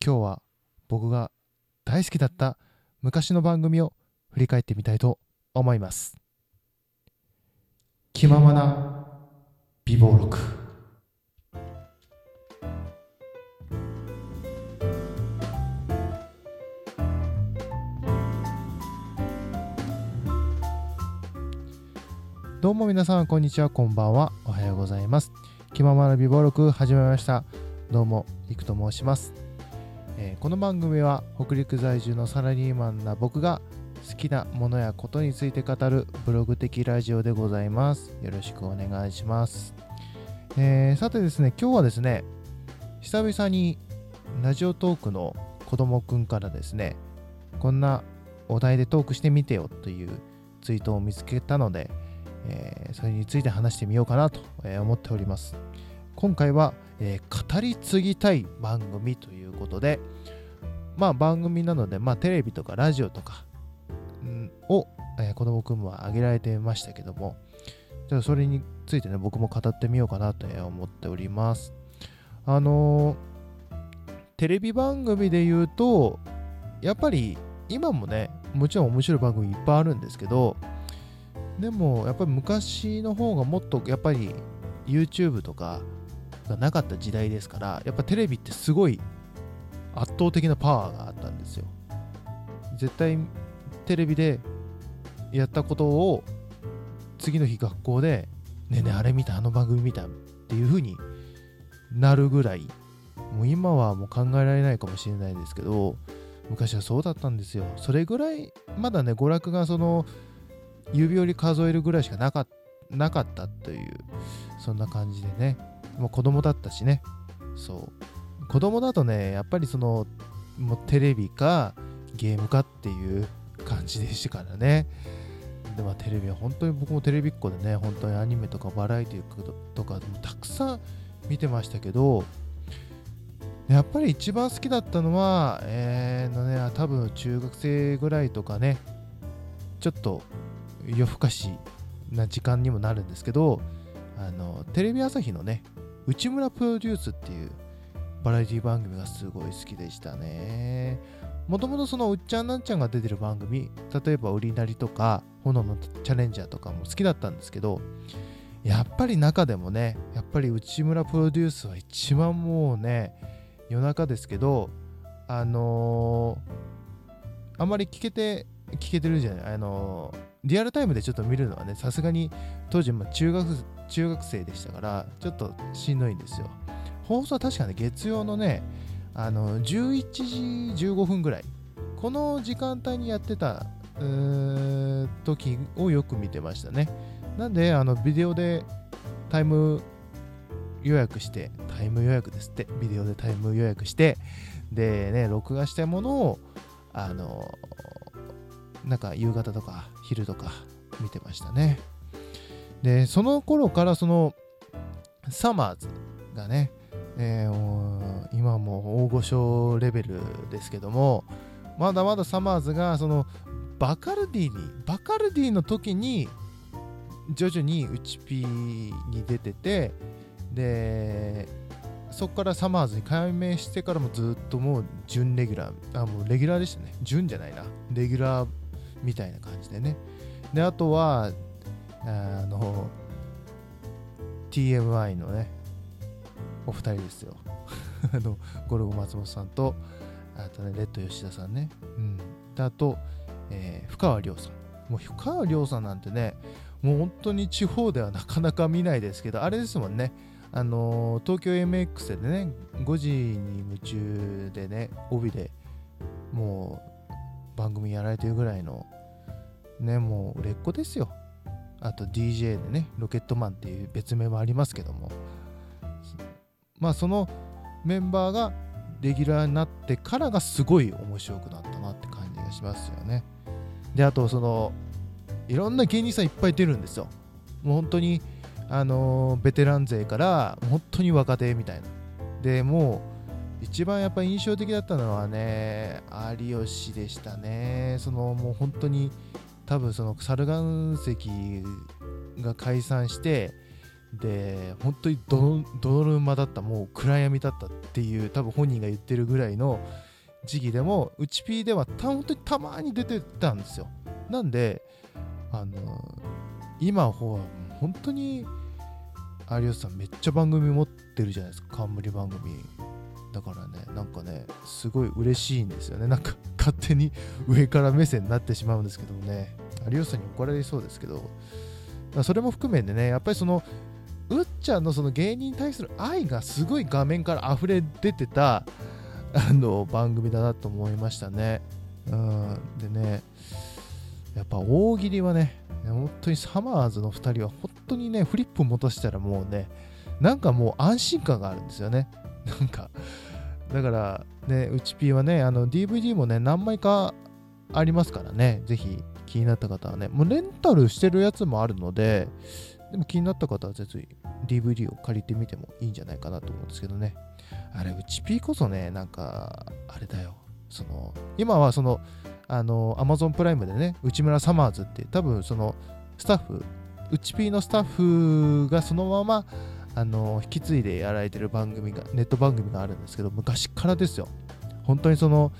今日は僕が大好きだった昔の番組を振り返ってみたいと思います。気ままな美貌録。どうも皆さん、こんにちは、こんばんは、おはようございます。気ままな美貌録始めました。どうも、いくと申します。この番組は北陸在住のサラリーマンな僕が好きなものやことについて語るブログ的ラジオでございます。よろしくお願いします。さてですね、今日はですね、久々にラジオトークの子供くんからですね、こんなお題でトークしてみてよというツイートを見つけたので、それについて話してみようかなと思っております。今回は、語り継ぎたい番組ということで、番組なので、テレビとかラジオとか、を、子供くんは挙げられてましたけども、じゃあそれについてね、僕も語ってみようかなと思っております。テレビ番組で言うと、やっぱり今もね、もちろん面白い番組いっぱいあるんですけど、でもやっぱり昔の方がもっとやっぱり YouTube とかがなかった時代ですから、やっぱテレビってすごい圧倒的なパワーがあったんですよ。絶対テレビでやったことを次の日学校でねえねえあれ見た、あの番組見たっていう風になるぐらい、もう今はもう考えられないかもしれないですけど、昔はそうだったんですよ。それぐらいまだね、娯楽がその指折り数えるぐらいしかなかったという、そんな感じでね、もう子供だったしね。そう子供だとね、やっぱりそのもうテレビかゲームかっていう感じでしたからね。でテレビは本当に僕もテレビっ子でね、本当にアニメとかバラエティとかでもたくさん見てましたけど、やっぱり一番好きだったのは多分中学生ぐらいとかね、ちょっと夜更かしな時間にもなるんですけど、テレビ朝日のね、内村プロデュースっていうバラエティ番組がすごい好きでしたね。もともとそのうっちゃんなんちゃんが出てる番組、例えば売りなりとか炎のチャレンジャーとかも好きだったんですけど、やっぱり中でもね、やっぱり内村プロデュースは一番もうね、夜中ですけど、あんまり聞けてるじゃない、リアルタイムでちょっと見るのはね、さすがに当時中学生でしたからちょっとしんどいんですよ。放送は確かね、月曜のね、11時15分ぐらい、この時間帯にやってた時をよく見てましたね。なんでビデオでタイム予約して、タイム予約ですって、ビデオでタイム予約して、でね、録画したものをなんか夕方とか昼とか見てましたね。でその頃からそのサマーズがね、今も大御所レベルですけども、まだまだサマーズがそのバカルディの時に徐々にうちピーに出てて、でそこからサマーズに改名してからもずっともう準レギュラー、もうレギュラーでしたね。準じゃないな、レギュラーみたいな感じでね。であとはTMI のねお二人ですよゴルゴ松本さんと、あとねレッド吉田さんね、であと、深川亮さん。もう深川亮さんなんてね、もう本当に地方ではなかなか見ないですけど、あれですもんね、東京 MX でね、5時に夢中でね、帯でもう番組やられてるぐらいのね、もう売れっ子ですよ。あと DJ でね、ロケットマンっていう別名もありますけども、そのメンバーがレギュラーになってからがすごい面白くなったなって感じがしますよね。であとそのいろんな芸人さんいっぱい出るんですよ。もう本当にベテラン勢から本当に若手みたいな。でもう一番やっぱ印象的だったのはね、有吉でしたね。そのもう本当に多分その猿岩石が解散して、 で本当に泥沼だった、もう暗闇だったっていう多分本人が言ってるぐらいの時期でもうちピーでは本当にたまに出てたんですよ。なんで今は本当に有吉さんめっちゃ番組持ってるじゃないですか、冠番組だからね、なんかねすごい嬉しいんですよね。なんか勝手に上から目線になってしまうんですけどもね、有吉さんに怒られそうですけど、それも含めてね、やっぱりそのうっちゃんのその芸人に対する愛がすごい画面から溢れ出てた番組だなと思いましたね。でね、やっぱ大喜利はね、本当にサマーズの2人は本当にね、フリップ持たせたらもうね、なんかもう安心感があるんですよね。なんかだからね、うちピーはね、DVD もね何枚かありますからね、ぜひ気になった方はね、もうレンタルしてるやつもあるので、でも気になった方はぜひ DVD を借りてみてもいいんじゃないかなと思うんですけどね。あれ、うちピーこそね、なんかあれだよ、今はAmazon プライムでね、内村サマーズって多分そのスタッフ、うちピーのスタッフがそのまま引き継いでやられてる番組が、ネット番組があるんですけど、昔からですよ。本当にその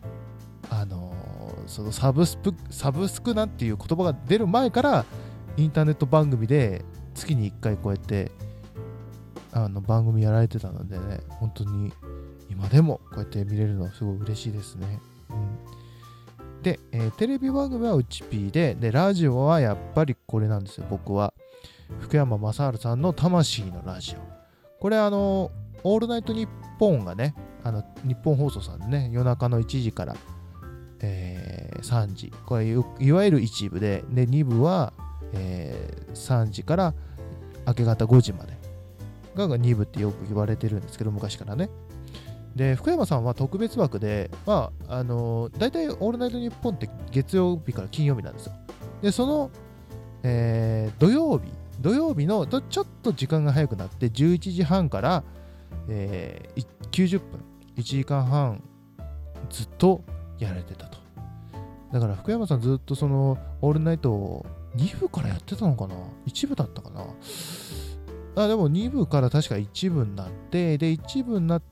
サブスクなんていう言葉が出る前からインターネット番組で月に1回こうやって番組やられてたのでね、本当に今でもこうやって見れるのはすごい嬉しいですね。で、テレビ番組はうちピーで、ラジオはやっぱりこれなんですよ。僕は福山雅治さんの魂のラジオ。これオールナイトニッポンがね、日本放送さんでね、夜中の1時から、3時、これいわゆる1部で、2部は、3時から明け方5時までが2部ってよく言われてるんですけど、昔からね。で、福山さんは特別枠で、大体オールナイトニッポンって月曜日から金曜日なんですよ。で、その、土曜日のちょっと時間が早くなって11時半から、90分、1時間半ずっとやられてたと。だから福山さんずっとそのオールナイトを2部からやってたのかな、1部だったかな。でも2部から確か1部になって、で1部になって、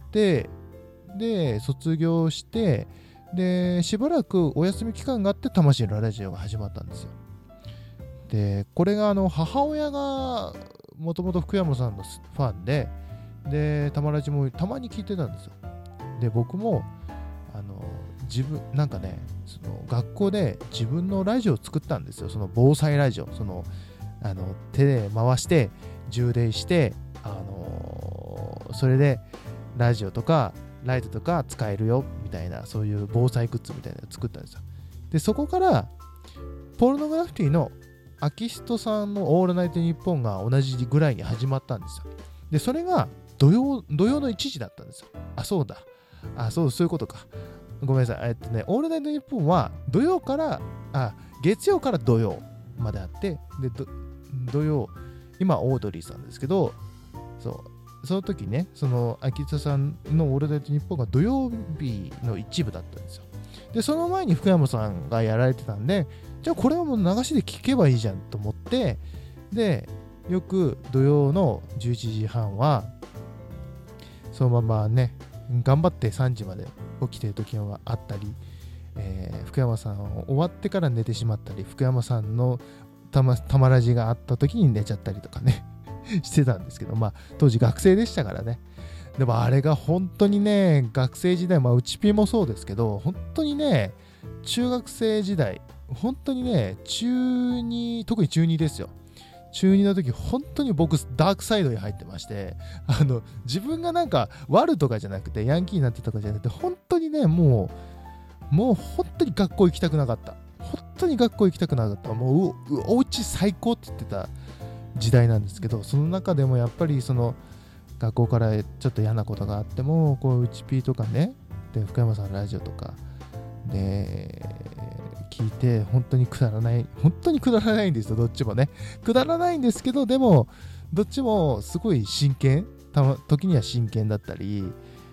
で卒業して、でしばらくお休み期間があって魂のラジオが始まったんですよ。でこれが母親がもともと福山さんのファンでたまラジもたまに聞いてたんですよ。で僕も自分なんかね、その学校で自分のラジオを作ったんですよ。その防災ラジオ、手で回して充電して、それでラジオとかライトとか使えるよみたいな、そういう防災グッズみたいなのを作ったんですよ。でそこからポルノグラフィティのアキシトさんのオールナイトニッポンが同じぐらいに始まったんですよ。でそれが土曜の1時だったんですよ。そういうことか。ごめんなさい。オールナイトニッポンは月曜から土曜まであって、で土曜、今オードリーさんですけど、その時ね、その秋田さんのオールナイトニッポンが土曜日の一部だったんですよ。でその前に福山さんがやられてたんで、じゃあこれはもう流しで聞けばいいじゃんと思って、でよく土曜の11時半はそのままね、頑張って3時まで起きてる時があったり、福山さん終わってから寝てしまったり、福山さんのたまラジがあった時に寝ちゃったりとかねしてたんですけど、当時学生でしたからね。でもあれが本当にね、学生時代、うちピーもそうですけど、本当にね、中学生時代、本当にね、特に中2ですよ。中2の時、本当に僕、ダークサイドに入ってまして、自分がなんか、悪とかじゃなくて、ヤンキーになってとかじゃなくて、本当にね、もう本当に学校行きたくなかった。本当に学校行きたくなかった。もう、お家最高って言ってた時代なんですけど、その中でもやっぱり、学校からちょっと嫌なことがあっても、うちピーとかね、で、福山さんのラジオとか、で、聞いて本当にくだらないんですよ。どっちもねくだらないんですけど、でもどっちもすごい真剣、時には真剣だったり、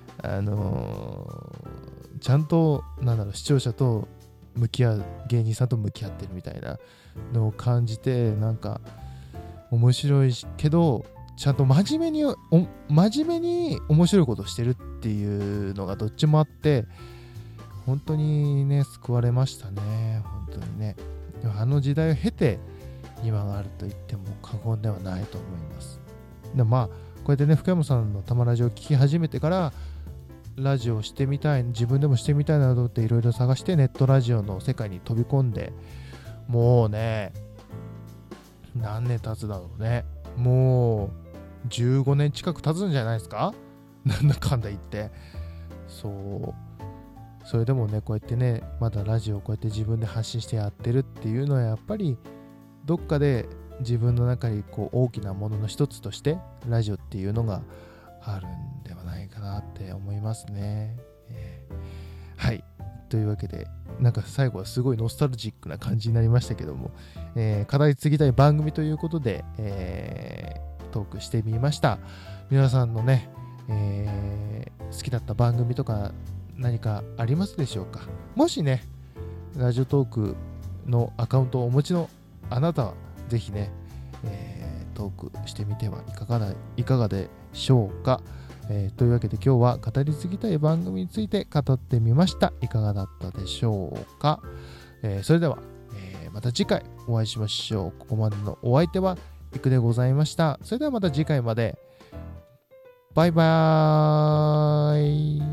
ちゃんと視聴者と向き合う、芸人さんと向き合ってるみたいなのを感じて、なんか面白いけどちゃんと真面目に面白いことをしてるっていうのがどっちもあって、本当にね、救われましたね。本当にね。あの時代を経て、今があると言っても過言ではないと思います。でまあ、こうやってね、福山さんのたまラジを聞き始めてから、ラジオをしてみたい、自分でもしてみたいなと思っていろいろ探して、ネットラジオの世界に飛び込んで、もうね、何年経つだろうね。もう、15年近く経つんじゃないですか。なんだかんだ言って。そう。それでもね、こうやってね、まだラジオをこうやって自分で発信してやってるっていうのは、やっぱり、どっかで自分の中にこう大きなものの一つとして、ラジオっていうのがあるんではないかなって思いますね。はい。というわけで、なんか最後はすごいノスタルジックな感じになりましたけども、語り継ぎたい番組ということで、トークしてみました。皆さんのね、好きだった番組とか何かありますでしょうか。もしね、ラジオトークのアカウントをお持ちのあなたはぜひね、トークしてみてはいかがでしょうか。というわけで今日は語り継ぎたい番組について語ってみました。いかがだったでしょうか。それでは、また次回お会いしましょう。ここまでのお相手はいくでございました。それではまた次回まで。バイバーイ。